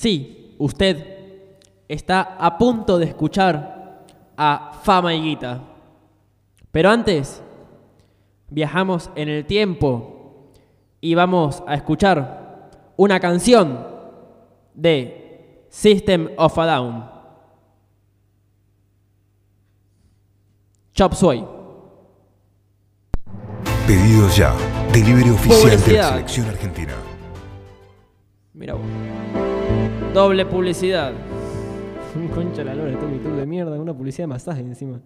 Sí, usted está a punto de escuchar a Fama y Guita. Pero antes, viajamos en el tiempo y vamos a escuchar una canción de System of a Down. Chop Suey. Pedidos ya. Delivery oficial de la Publicidad. selección argentina. Mira vos. Doble publicidad. Un concha la lora, este YouTube de mierda, una publicidad de masaje encima.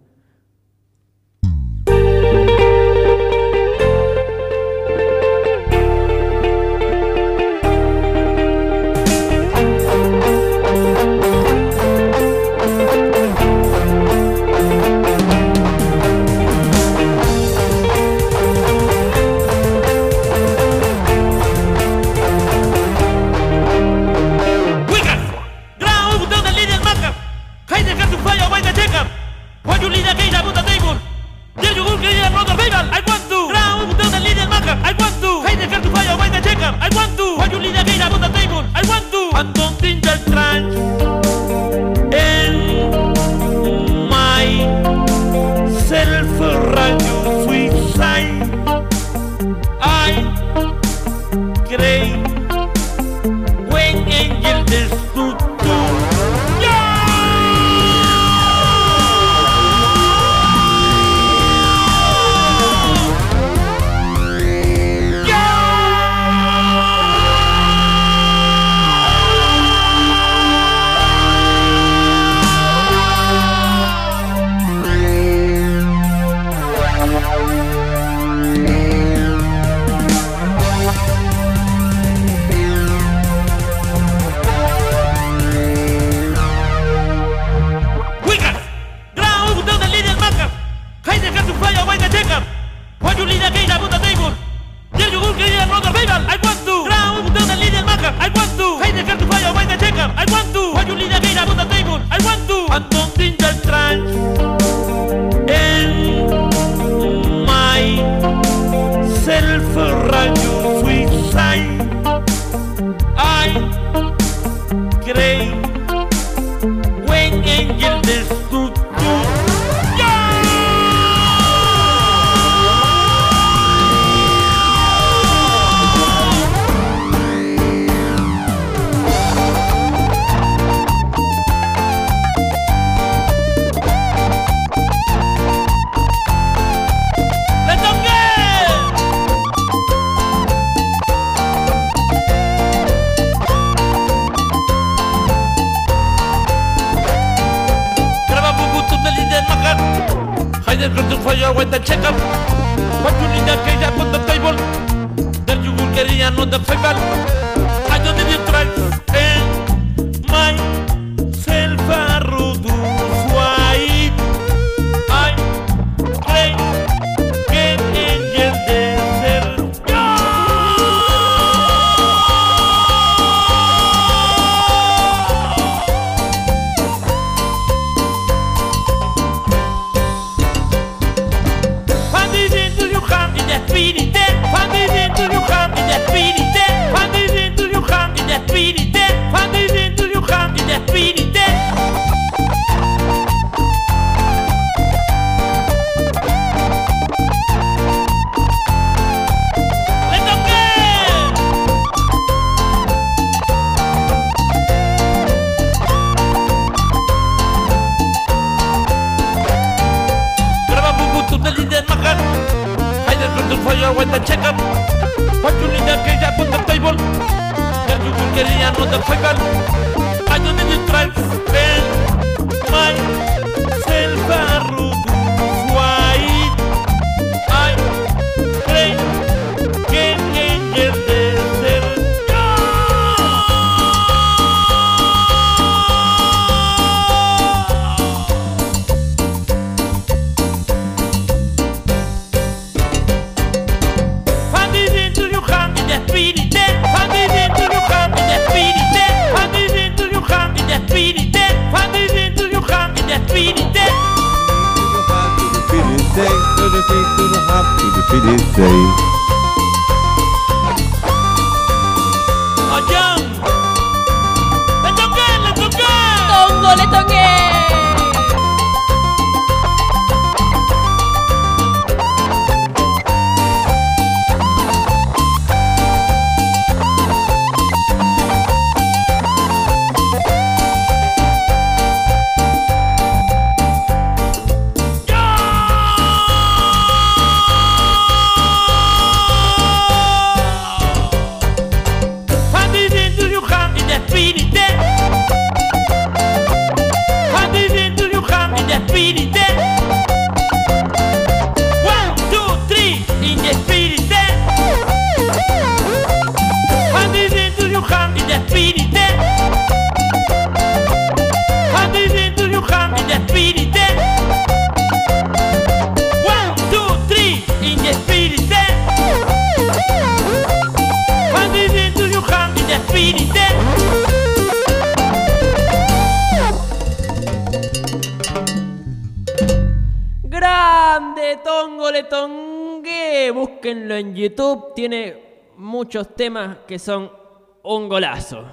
Tongue, búsquenlo en YouTube, tiene muchos temas que son un golazo.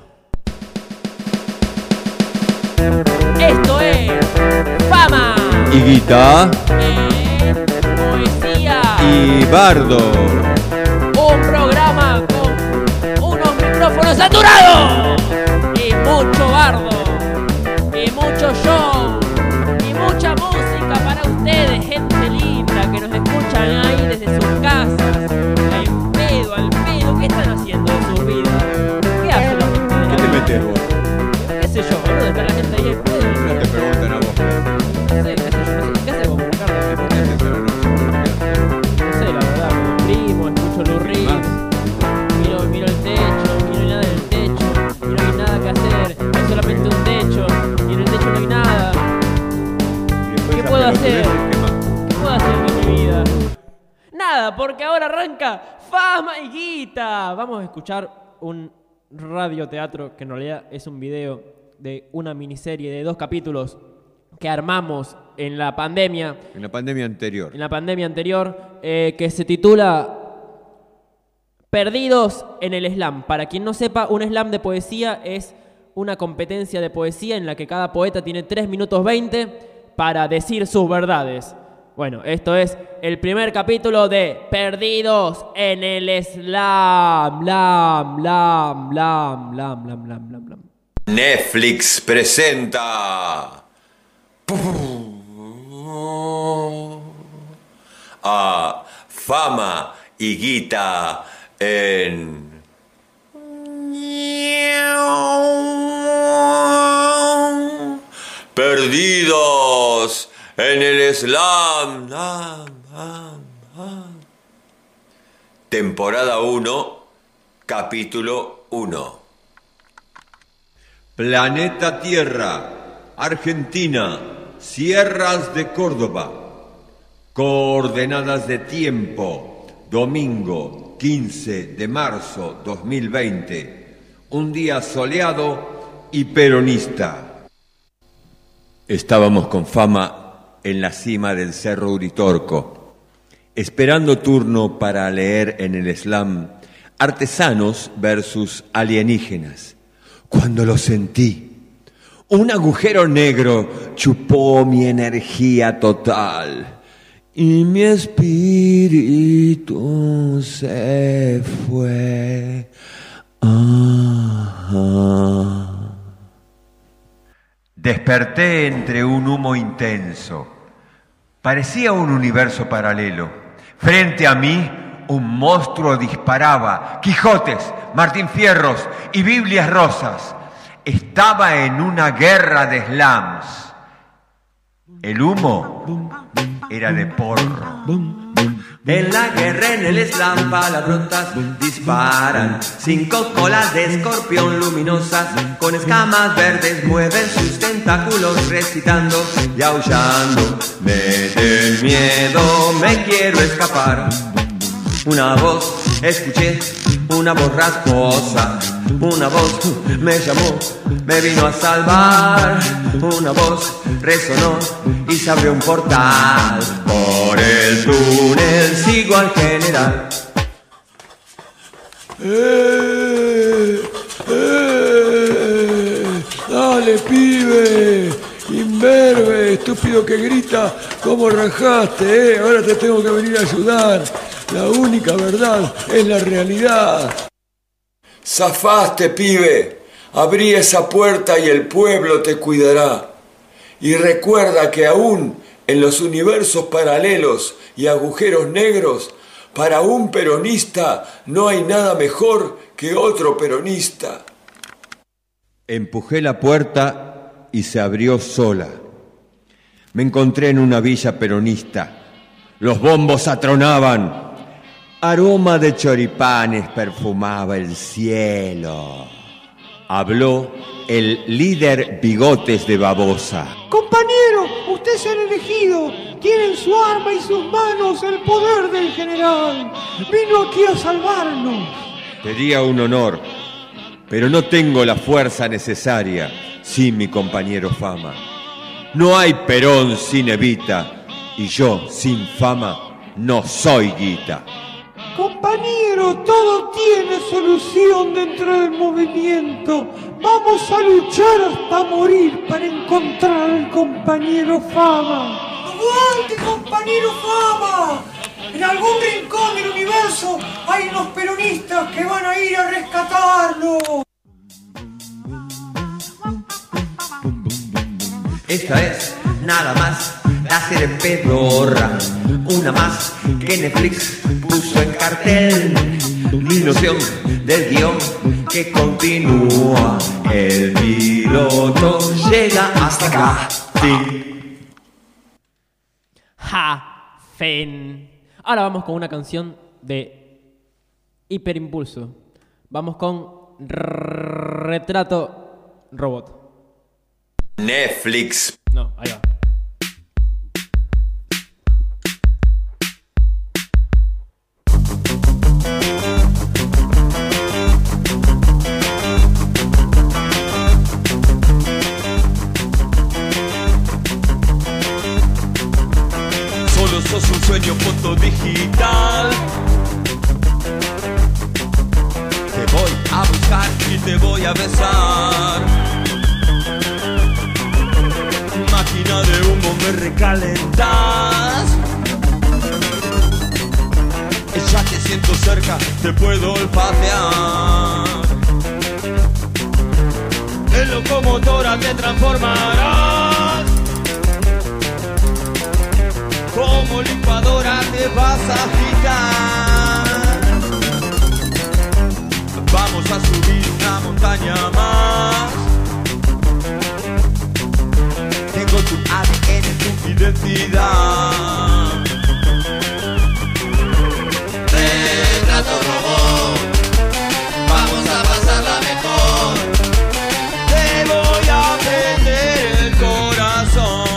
Esto es Fama, Higuita Poesía y Bardo. Un programa con unos micrófonos saturados y mucho bardo y mucho show y mucha música para ustedes, gente linda que nos escuchan ahí desde sus casas, al pedo. ¿Qué están haciendo de sus vidas? ¿Qué hacen la gente de la ¿Qué te vida? metes vos? ¿Qué sé yo, boludo? Está la gente ahí al pedo. No te preguntan a vos. No sé, qué sé yo, no sé. ¿Qué haces vos, Ricardo? No sé, la verdad, me deprimo, escucho Lou Reed, miro el techo, y no hay nada en el techo, y no hay nada que hacer, hay solamente un techo, y en el techo no hay nada. ¿Qué puedo hacer? ¿Qué puedo hacer con mi vida? Nada, porque ahora arranca Fama y Guita. Vamos a escuchar un radioteatro que en realidad es un video de una miniserie de 2 capítulos que armamos en la pandemia. En la pandemia anterior. En la pandemia anterior, que se titula Perdidos en el Slam. Para quien no sepa, un slam de poesía es una competencia de poesía en la que cada poeta tiene 3 minutos 20 para decir sus verdades. Bueno, esto es el primer capítulo de Perdidos en el Slam. Lam. Netflix presenta a Fama y Guita en Perdidos en el Slam. Temporada 1, capítulo 1. Planeta Tierra, Argentina, Sierras de Córdoba. Coordenadas de tiempo, domingo 15 de marzo 2020. Un día soleado y peronista. Estábamos con Fama en la cima del Cerro Uritorco, esperando turno para leer en el slam Artesanos versus Alienígenas, cuando lo sentí. Un agujero negro chupó mi energía total y mi espíritu se fue. Desperté entre un humo intenso. Parecía un universo paralelo. Frente a mí, un monstruo disparaba Quijotes, Martín Fierros y Biblias rosas. Estaba en una guerra de slams. El humo era de porro. En la guerra, en el slam, palabrotas disparan. 5 colas de escorpión luminosas, con escamas verdes mueven sus tentáculos, recitando y aullando. Meten miedo, me quiero escapar. Una voz escuché, una voz rasposa. Una voz me llamó, me vino a salvar. Una voz resonó y se abrió un portal. Por el túnel sigo al general. Dale, pibe, imberbe, estúpido que grita, ¿cómo rajaste, Ahora te tengo que venir a ayudar. La única verdad es la realidad. Zafaste, pibe. Abrí esa puerta y el pueblo te cuidará. Y recuerda que aún en los universos paralelos y agujeros negros, para un peronista no hay nada mejor que otro peronista. Empujé la puerta y se abrió sola. Me encontré en una villa peronista. Los bombos atronaban. Aroma de choripanes perfumaba el cielo. Habló el líder Bigotes de Babosa. Compañero, usted es el elegido. Tiene en su arma y sus manos el poder del general. Vino aquí a salvarnos. Sería un honor, pero no tengo la fuerza necesaria sin mi compañero Fama. No hay Perón sin Evita, y yo sin Fama no soy guita. Compañero, todo tiene solución dentro del movimiento. Vamos a luchar hasta morir para encontrar al compañero Fama. ¡Aguante, compañero Fama! En algún rincón del universo hay unos peronistas que van a ir a rescatarlo. Esta es nada más la serie pedorra, una más que Netflix puso en cartel. Mi noción del guión que continúa, el piloto llega hasta acá. Fin. Ja, fen. Ahora vamos con una canción de Hiperimpulso. Vamos con Retrato Robot. Netflix. No, ahí va. Solo sos un sueño foto digital. Te voy a buscar y te voy a besar. Máquina de humo, me recalentas. Ya te siento cerca, te puedo olfatear. En locomotora te transformarás. Como licuadora te vas a agitar. Vamos a subir una montaña más. Tengo tu ADN, tu identidad. Retrato robot, vamos a pasarla mejor. Te voy a prender el corazón.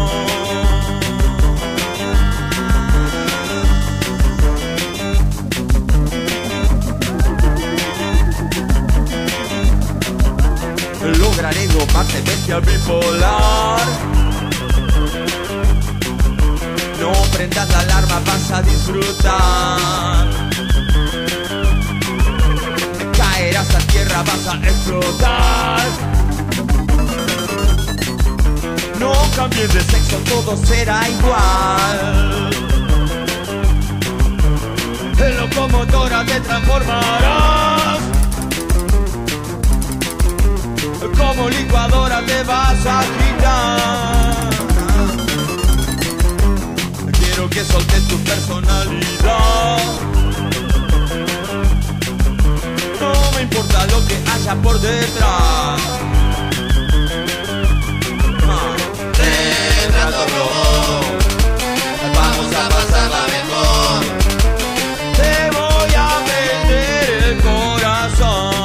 Lograré domarte bestia bipolar. No prendas la alarma, vas a disfrutar. Caerás a tierra, vas a explotar. No cambies de sexo, todo será igual. En locomotora te transformarás. Como licuadora te vas a agitar. Quiero que soltes tu personalidad. No me importa lo que haya por detrás. Retrato robot, vamos a pasarla mejor. Te voy a prender el corazón.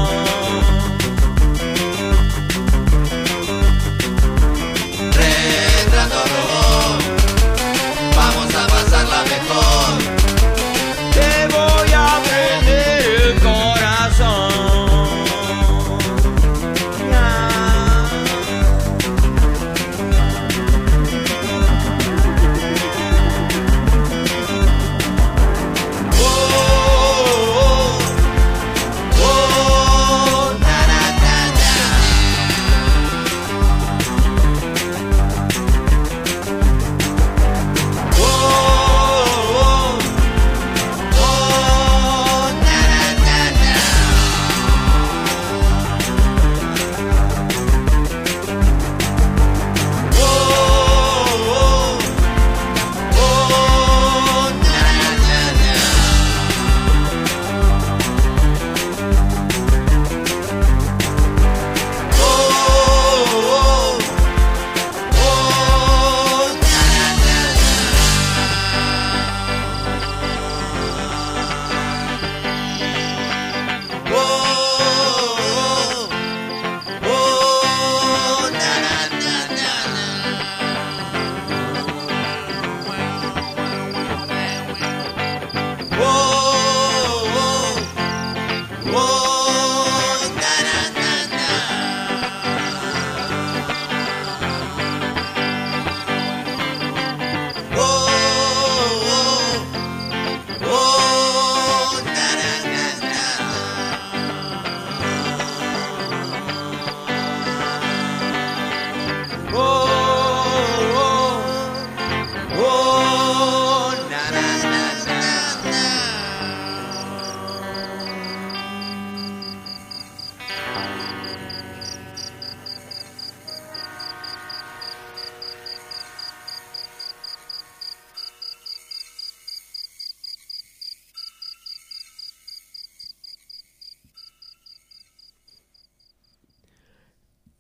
Te voy a prender el corazón.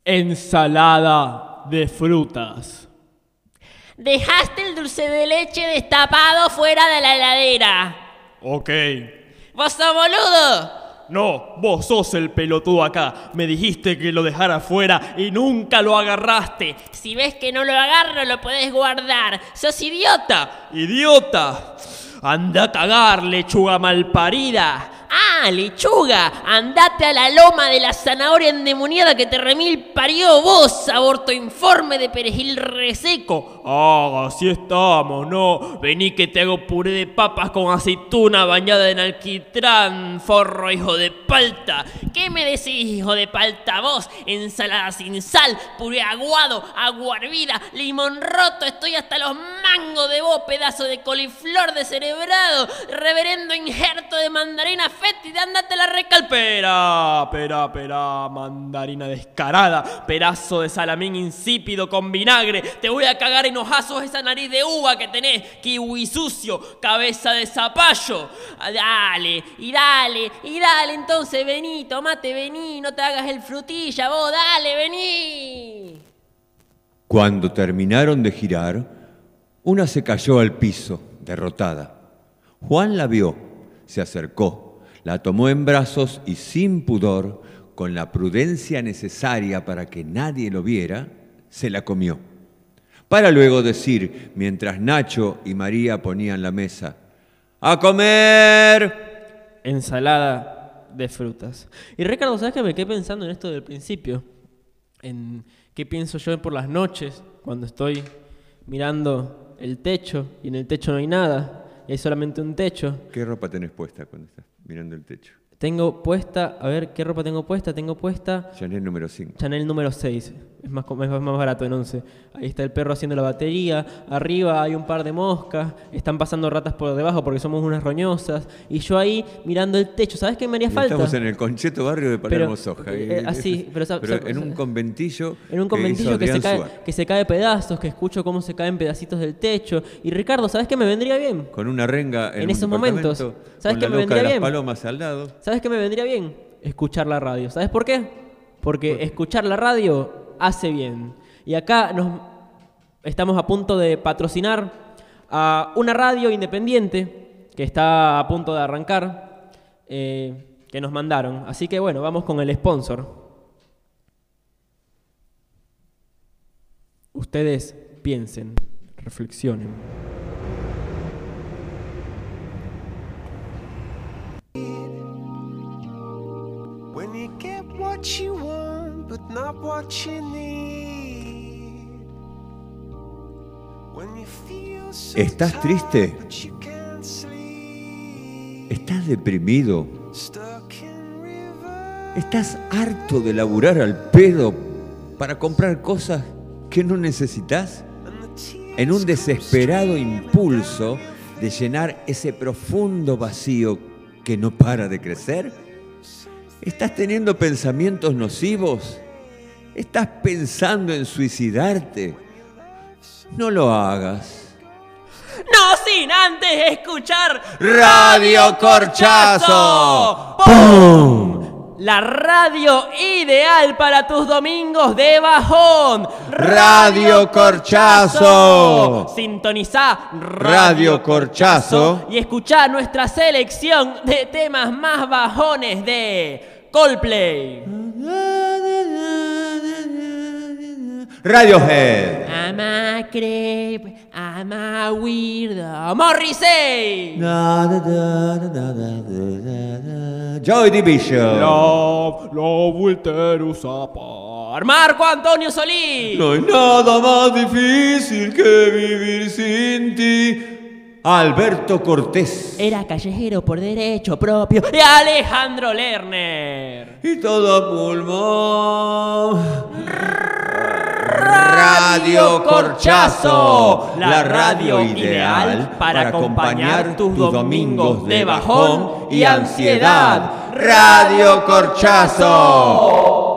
Ensalada de frutas. Dejaste el dulce de leche destapado fuera de la heladera. Ok. ¡Vos sos boludo! No, vos sos el pelotudo acá. Me dijiste que lo dejara afuera y nunca lo agarraste. Si ves que no lo agarro, lo podés guardar. ¡Sos idiota! ¡Idiota! Anda a cagar, lechuga malparida. ¡Ah, lechuga! Andate a la loma de la zanahoria endemoniada que te remil parió vos, aborto informe de perejil reseco. Ah, así estamos, ¿no? Vení que te hago puré de papas con aceituna bañada en alquitrán, forro, hijo de palta. ¿Qué me decís, hijo de palta, vos? Ensalada sin sal, puré aguado, agua hervida, limón roto. Estoy hasta los mangos de vos, pedazo de coliflor descerebrado, reverendo injerto de mandarina fétida, andate la recalpera. Pera, mandarina descarada, pedazo de salamín insípido con vinagre. Te voy a cagar en hojazos esa nariz de uva que tenés, kiwi sucio, cabeza de zapallo. Dale, entonces vení, tomate, vení, no te hagas el frutilla, vos, dale, vení. Cuando terminaron de girar, una se cayó al piso, derrotada. Juan la vio, se acercó, la tomó en brazos y sin pudor, con la prudencia necesaria para que nadie lo viera, se la comió. Para luego decir, mientras Nacho y María ponían la mesa, ¡a comer! Ensalada de frutas. Y Ricardo, ¿sabes que me quedé pensando en esto del principio? En qué pienso yo por las noches, cuando estoy mirando el techo y en el techo no hay nada, y hay solamente un techo. ¿Qué ropa tenés puesta cuando estás mirando el techo? Tengo puesta, a ver, ¿qué ropa tengo puesta? Tengo puesta... Chanel número 5. Chanel número 6, es más barato en 11. Ahí está el perro haciendo la batería, arriba hay un par de moscas, están pasando ratas por debajo porque somos unas roñosas, y yo ahí mirando el techo, ¿sabes qué me haría falta? Estamos en el Concheto barrio de Palermo Soja. Así, pero en un conventillo. En un conventillo que se cae de pedazos, que escucho cómo se caen pedacitos del techo. Y Ricardo, ¿sabes qué me vendría bien? Con una renga en esos momentos. ¿Sabes qué me vendría bien? Las palomas al lado. ¿Sabes qué me vendría bien? Escuchar la radio. ¿Sabes por qué? Porque escuchar la radio hace bien. Y acá estamos a punto de patrocinar a una radio independiente que está a punto de arrancar, que nos mandaron. Así que bueno, vamos con el sponsor. Ustedes piensen, reflexionen. When you get what you want, but not what you need. When you feel so ¿Estás triste? tired, but you can't sleep. ¿Estás deprimido? Stuck in reverse. ¿Estás harto de laburar al pedo para comprar cosas que no necesitas? En un desesperado impulso de llenar ese profundo vacío que no para de crecer. ¿Estás teniendo pensamientos nocivos? ¿Estás pensando en suicidarte? No lo hagas. No sin antes escuchar ¡Radio Corchazo! ¡Pum! La radio ideal para tus domingos de bajón. ¡Radio Corchazo! Sintonizá Radio Corchazo y escuchá nuestra selección de temas más bajones de Coldplay, Radiohead, I'm a creep, I'm a weirdo, Morrissey, Joy Division, Love will tear us apart, Marco Antonio Solís, no hay nada más difícil que vivir sin ti, Alberto Cortés, era callejero por derecho propio, y Alejandro Lerner. y todo a pulmón. Radio Corchazo, la radio ideal para acompañar tus domingos de bajón y ansiedad. Radio Corchazo.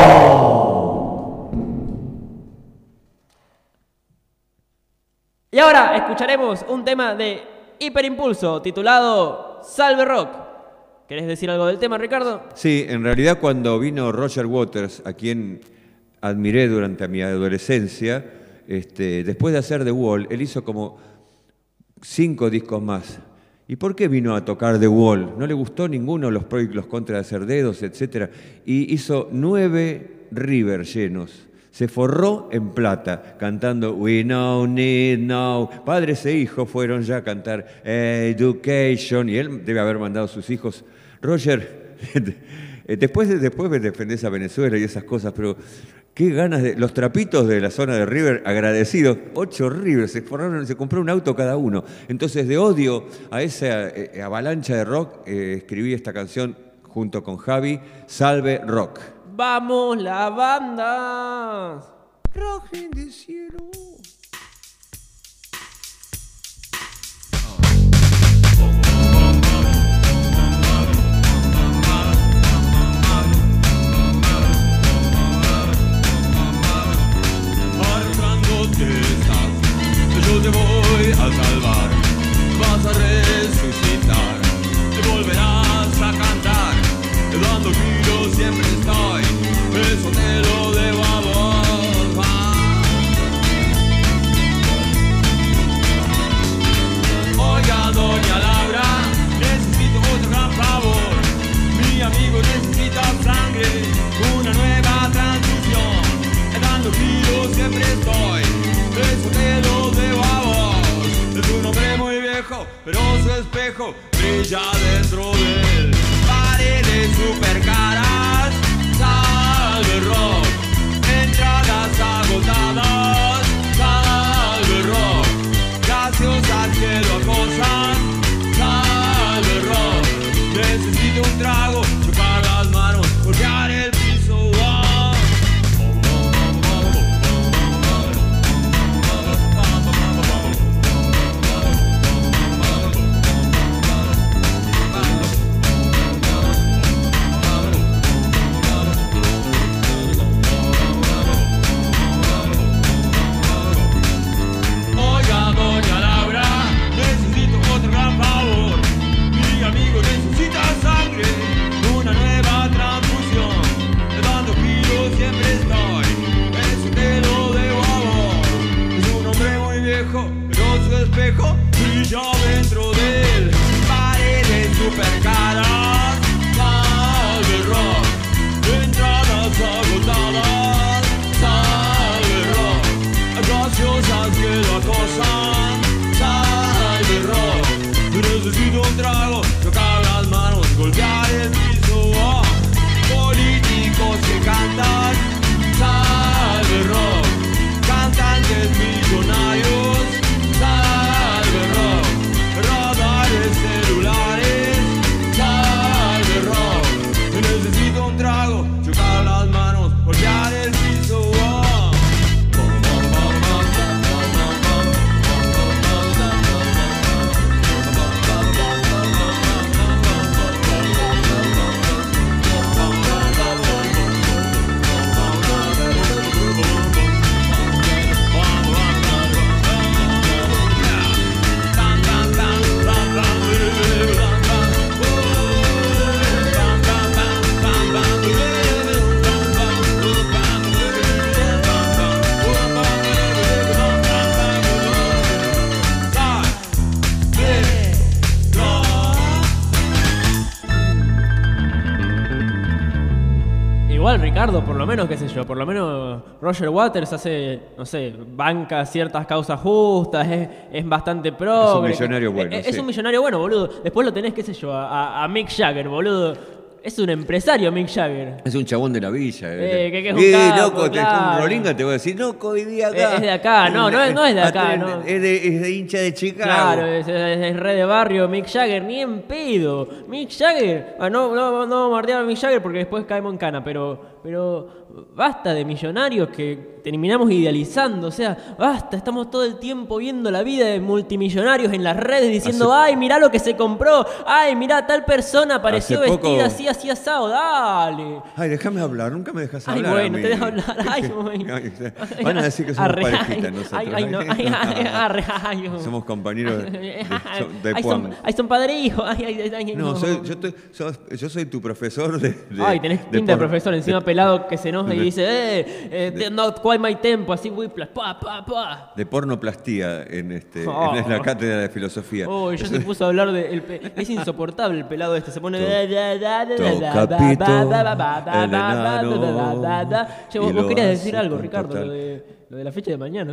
Y ahora escucharemos un tema de Hiperimpulso titulado Salve Rock. ¿Querés decir algo del tema, Ricardo? Sí, en realidad cuando vino Roger Waters aquí admiré durante mi adolescencia. Después de hacer The Wall, él hizo como 5 discos más. ¿Y por qué vino a tocar The Wall? No le gustó ninguno, los pros y los contras de hacer dedos, etc. Y hizo 9 rivers llenos. Se forró en plata, cantando We No Need No. Padres e hijos fueron ya a cantar Education. Y él debe haber mandado a sus hijos. Roger, después me defendés a Venezuela y esas cosas, pero qué ganas de... Los trapitos de la zona de River, agradecidos. 8 Rivers, se forraron, se compró un auto cada uno. Entonces, de odio a esa avalancha de rock, escribí esta canción junto con Javi, Salve Rock. ¡Vamos, la banda! Rock in the cielo. Yo te voy a salvar, vas a resucitar, te volverás a cantar, dando giros siempre estoy, eso te lo debo a vos. Oiga, doña Laura, necesito otro gran favor, mi amigo necesita sangre, una nueva transfusión, dando giros siempre estoy. Eso te lo debo a vos. Es un hombre muy viejo, pero su espejo brilla dentro de él. Paredes super caras, salve rock. Entradas agotadas, salve rock. Gaseosas que lo acosan, salve rock. Necesito un trago, chupar las manos, golpear el piso. Brilla dentro de él, paredes super caras, salve rock, entradas agotadas, salve rock, gaseosas que lo acosan, salve rock, necesito un trago, tocar las manos, golpear el piso, políticos que cantan, salve rock, cantantes millonarios, salve rock, radares celulares, salve rock, necesito un trago, chocar las manos, golpear el piso. Igual Ricardo, por lo menos, qué sé yo, por lo menos Roger Waters hace, no sé, banca ciertas causas justas, es bastante pro. Es un millonario bueno. Es sí. un millonario bueno, boludo. Después lo tenés, qué sé yo, a Mick Jagger, boludo. Es un empresario Mick Jagger. Es un chabón de la villa. Que es un capo, loco, claro. un rolinga te voy a decir, loco, viví acá. Es de acá, no es de acá, no. Es de hincha de Chicago. Claro, es re de barrio Mick Jagger, ni en pedo. Mick Jagger, no mardear a Mick Jagger porque después caemos en cana, pero basta de millonarios que terminamos idealizando, o sea, basta, estamos todo el tiempo viendo la vida de multimillonarios en las redes diciendo, ay, mirá lo que se compró, ay, mirá, tal persona apareció vestida así asado, dale. Ay, déjame hablar, nunca me dejas hablar. Ay, bueno, te dejo hablar, ay, bueno. Van a decir que somos parejita nosotros. Somos compañeros de Puan. Ay, son padre e hijo. No, yo soy tu profesor de ay, tenés pinta de profesor, encima pelado pelado que se enoja y dice, not quite my tempo, así whiplash, pa. De pornoplastía en la cátedra de filosofía. Oh, ya se puso a hablar de... es insoportable el pelado este, se pone... Tocapito, el enano, Che, y vos lo querías hace decir algo, con Ricardo, total- lo de la fecha de mañana.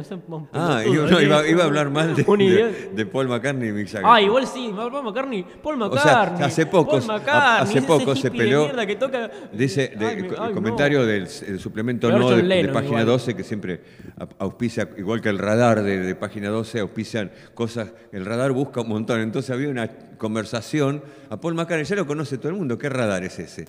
Iba a hablar mal de Paul McCartney y Mick Jagger. Igual sí, Paul McCartney. O sea, hace poco ese se hippie de peló. mierda que toca... Dice el comentario del suplemento Peor no John de Lennon, página igual. 12, que siempre auspicia, igual que el radar de página 12, auspician cosas. El radar busca un montón. Entonces había una conversación. A Paul McCartney ya lo conoce todo el mundo. ¿Qué radar es ese?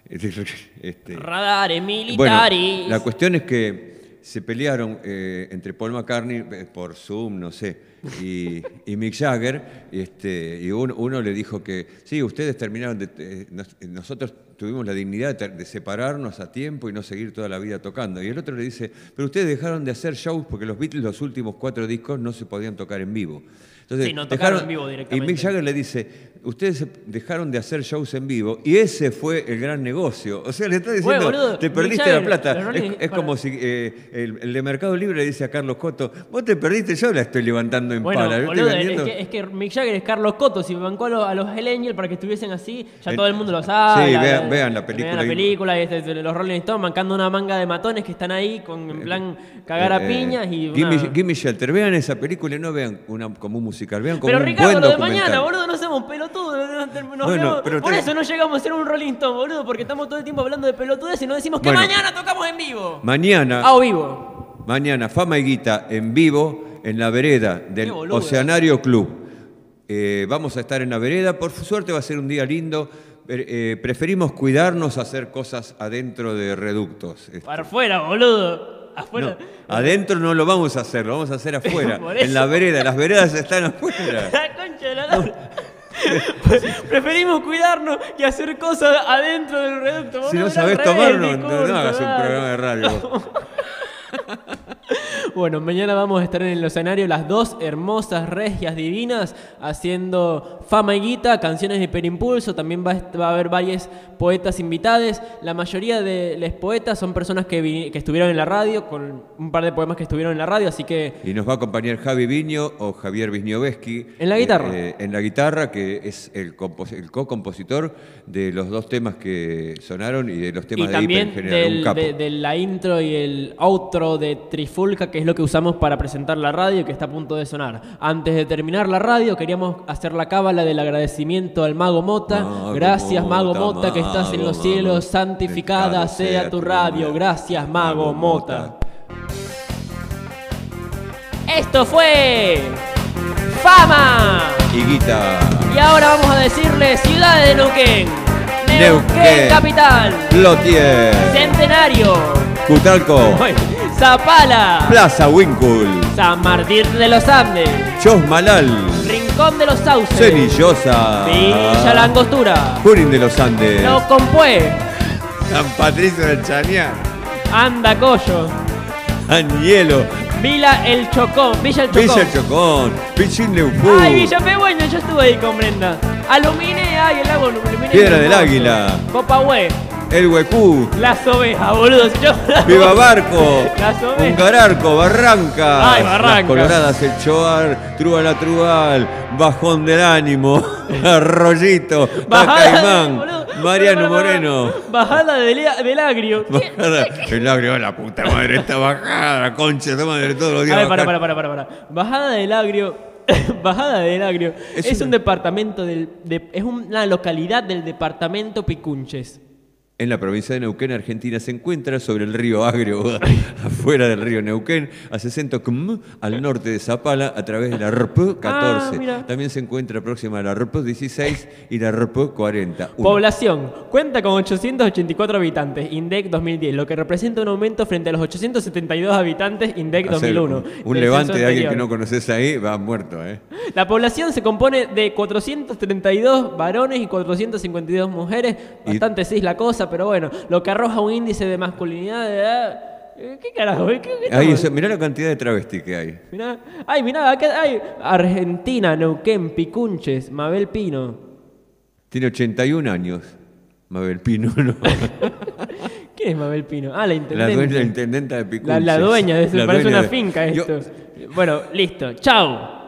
Radares militares. Bueno, la cuestión es que se pelearon entre Paul McCartney por Zoom, no sé, y Mick Jagger, y uno le dijo que sí, ustedes terminaron nosotros tuvimos la dignidad de separarnos a tiempo y no seguir toda la vida tocando. Y el otro le dice, pero ustedes dejaron de hacer shows porque los Beatles los últimos 4 discos no se podían tocar en vivo. Entonces, sí, no tocaron en vivo directamente. Y Mick Jagger le dice, ustedes dejaron de hacer shows en vivo y ese fue el gran negocio. O sea, le está diciendo, boludo, te perdiste Mick Jagger, la plata. Rolling, Es como si el de Mercado Libre le dice a Carlos Coto, vos te perdiste, yo la estoy levantando en pala. Yo Boludo, estoy vendiendo... es que Mick Jagger es Carlos Coto. Si bancó a los Hell Angel para que estuviesen así, ya todo el mundo lo sabe. Sí, vean la película. Vean la película y los Rolling Stones bancando una manga de matones que están ahí en plan cagar a piñas y Gimme Shelter. Vean esa película y no vean como un musical, vean como pero un Ricardo, buen lo de documental. mañana, boludo, no somos pelotudos. Bueno, pero por eso no llegamos a ser un Rolling Stone, boludo, porque estamos todo el tiempo hablando de pelotudes y no decimos que mañana tocamos en vivo. Mañana. Vivo. Mañana, Fama y Guita en vivo en la vereda del Oceanario Club. Vamos a estar en la vereda. Por suerte va a ser un día lindo. Preferimos cuidarnos a hacer cosas adentro de reductos. Para afuera, boludo. Afuera. No, adentro no lo vamos a hacer, lo vamos a hacer afuera. En la vereda, las veredas están afuera. La concha de la lora. Preferimos cuidarnos que hacer cosas adentro del reducto. Boludo. Si no sabés tomar, no hagas un programa de radio. Bueno, mañana vamos a estar en el escenario las dos hermosas, regias, divinas, haciendo Fama y Guita, canciones de Hiperimpulso. También va a haber varios poetas invitados. La mayoría de los poetas son personas que estuvieron en la radio, con un par de poemas que estuvieron en la radio, así que... Y nos va a acompañar Javi Viño o Javier Wisniewski. En la guitarra. En la guitarra, que es el co-compositor de los dos temas que sonaron y de los temas de Hiper en general. Un capo. De la intro y el outro de Trifulca, que es lo que usamos para presentar la radio, que está a punto de sonar. Antes de terminar la radio, queríamos hacer la cábala del agradecimiento al Mago Mota. Gracias, Mago Mota, que estás en los cielos, santificada sea tu radio. Gracias, Mago Mota. Esto fue Fama y Guita. Y ahora vamos a decirle ciudades de Neuquén. Neuquén capital. Plotier. Centenario. Cutralco. Zapala. Plaza Wincul. San Martín de los Andes. Chosmalal. Rincón de los Sauces. Cenillosa. Villa La Angostura. Junín de los Andes. Locompué. San Patricio del Chañar. Andacollo. Anielo. Villa El Chocón. Villa El Chocón. Pichín Neufú. Ay, Villa Pegüeño, yo estuve ahí con Brenda. Alumine, el lago Alumine. Piedra del Águila. Copahue. El Huecú. Las Ovejas, boludo. Viva Barco. Las Ovejas. Ungararco, Barranca. Ay, Barranca. Las Coloradas, el Choar, Trúa la Trual, Bajón del Ánimo, Arroyito, Bacaimán, Mariano Moreno. Bajada del Agrio. Bajada, el Agrio, la puta madre, esta bajada, concha de madre, todos los días. A ver, para. Bajada del Agrio. Bajada del Agrio. Es un departamento es una localidad del departamento Picunches. En la provincia de Neuquén, Argentina, se encuentra sobre el río Agrio, afuera del río Neuquén, a 60 km al norte de Zapala, a través de la RP 14. También se encuentra próxima a la RP 16 y la RP 40. Población. Cuenta con 884 habitantes, INDEC 2010, lo que representa un aumento frente a los 872 habitantes, INDEC 2001. Un levante de alguien que no conoces ahí, va muerto, La población se compone de 432 varones y 452 mujeres. Bastante cis la cosa, pero bueno, lo que arroja un índice de masculinidad de edad. ¿Qué carajo? Mirá la cantidad de travestis que hay. Mirá, acá hay Argentina, Neuquén, Picunches, Mabel Pino. Tiene 81 años. Mabel Pino, no. ¿Quién es Mabel Pino? Ah, la intendenta. La intendenta de Picunces. La dueña de eso, La parece dueña una de- finca esto. Bueno, listo. Chao.